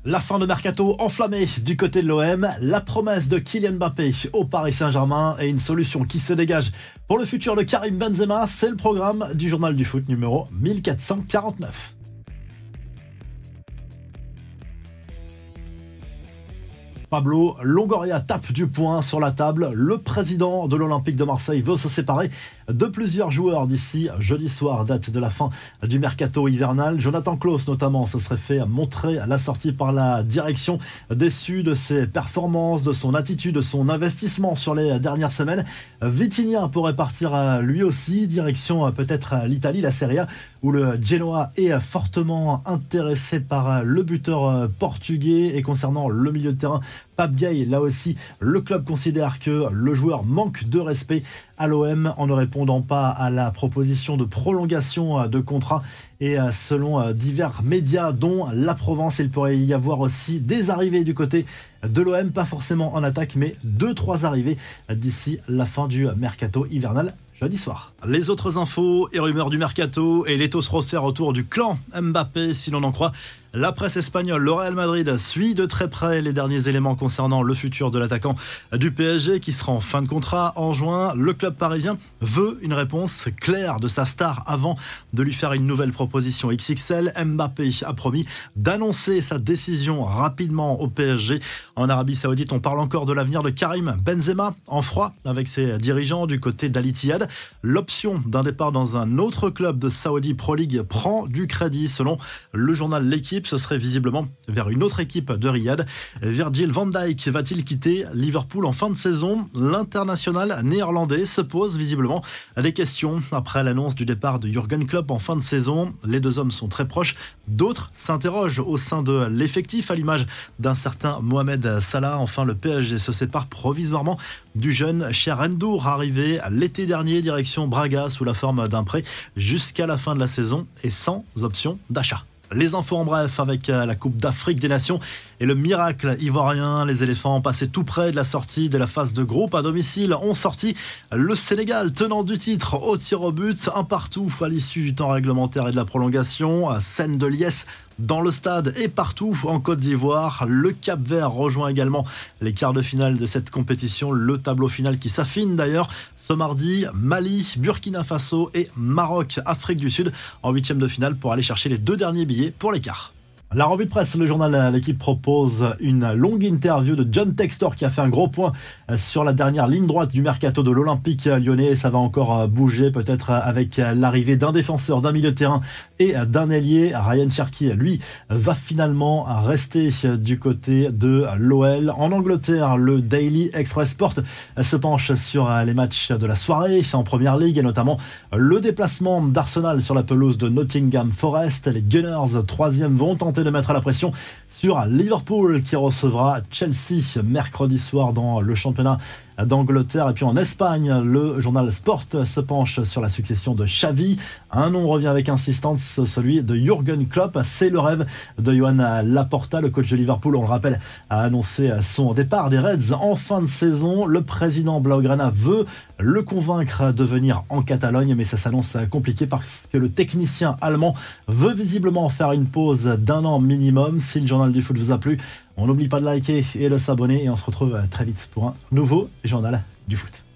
La fin de mercato enflammée du côté de l'OM, la promesse de Kylian Mbappé au Paris Saint-Germain et une solution qui se dégage pour le futur de Karim Benzema, c'est le programme du Journal du Foot numéro 1449. Pablo Longoria tape du poing sur la table. Le président de l'Olympique de Marseille veut se séparer de plusieurs joueurs d'ici jeudi soir, date de la fin du mercato hivernal. Jonathan Klaus notamment se serait fait montrer à la sortie par la direction, déçu de ses performances, de son attitude, de son investissement sur les dernières semaines. Vitinha pourrait partir lui aussi, direction peut-être l'Italie, la Serie A, où le Genoa est fortement intéressé par le buteur portugais. Et concernant le milieu de terrain, Pape Gueye, là aussi, le club considère que le joueur manque de respect à l'OM en ne répondant pas à la proposition de prolongation de contrat. Et selon divers médias, dont La Provence, il pourrait y avoir aussi des arrivées du côté de l'OM, pas forcément en attaque, mais 2-3 arrivées d'ici la fin du mercato hivernal. Jeudi soir. Les autres infos et rumeurs du mercato et l'éthos resserre autour du clan Mbappé, si l'on en croit la presse espagnole. Le Real Madrid suit de très près les derniers éléments concernant le futur de l'attaquant du PSG qui sera en fin de contrat en juin. Le club parisien veut une réponse claire de sa star avant de lui faire une nouvelle proposition XXL. Mbappé a promis d'annoncer sa décision rapidement au PSG. En Arabie Saoudite, on parle encore de l'avenir de Karim Benzema en froid avec ses dirigeants du côté d'Al Ittihad. L'option d'un départ dans un autre club de Saudi Pro League prend du crédit selon le journal L'Équipe. Ce serait visiblement vers une autre équipe de Riyad. Virgil van Dijk va-t-il quitter Liverpool en fin de saison? L'international néerlandais se pose visiblement des questions après l'annonce du départ de Jürgen Klopp en fin de saison. Les deux hommes sont très proches. D'autres s'interrogent au sein de l'effectif, à l'image d'un certain Mohamed Salah. Enfin, le PSG se sépare provisoirement du jeune Cher Ndour, arrivé l'été dernier direction Braga sous la forme d'un prêt jusqu'à la fin de la saison et sans option d'achat. Les infos en bref avec la Coupe d'Afrique des Nations et le miracle ivoirien. Les éléphants passés tout près de la sortie de la phase de groupe à domicile ont sorti le Sénégal, tenant du titre au tir au but, un partout à l'issue du temps réglementaire et de la prolongation. Scène de liesse dans le stade et partout en Côte d'Ivoire. Le Cap-Vert rejoint également les quarts de finale de cette compétition. Le tableau final qui s'affine d'ailleurs ce mardi. Mali, Burkina Faso et Maroc, Afrique du Sud en huitième de finale pour aller chercher les 2 derniers billets pour les quarts. La revue de presse, le journal L'Équipe propose une longue interview de John Textor qui a fait un gros point sur la dernière ligne droite du mercato de l'Olympique lyonnais. Ça va encore bouger peut-être avec l'arrivée d'un défenseur, d'un milieu de terrain et d'un ailier. Ryan Cherki, lui, va finalement rester du côté de l'OL. En Angleterre, le Daily Express Sport se penche sur les matchs de la soirée en Première Ligue et notamment le déplacement d'Arsenal sur la pelouse de Nottingham Forest. Les Gunners, 3e, vont tenter de mettre la pression sur Liverpool qui recevra Chelsea mercredi soir dans le championnat d'Angleterre. Et puis en Espagne, le journal Sport se penche sur la succession de Xavi. Un nom revient avec insistance, celui de Jürgen Klopp. C'est le rêve de Joan Laporta, le coach de Liverpool, on le rappelle, a annoncé son départ des Reds en fin de saison. Le président Blaugrana veut le convaincre de venir en Catalogne, mais ça s'annonce compliqué parce que le technicien allemand veut visiblement faire une pause d'1 an minimum. Si le journal du foot vous a plu, on n'oublie pas de liker et de s'abonner et on se retrouve très vite pour un nouveau journal du foot.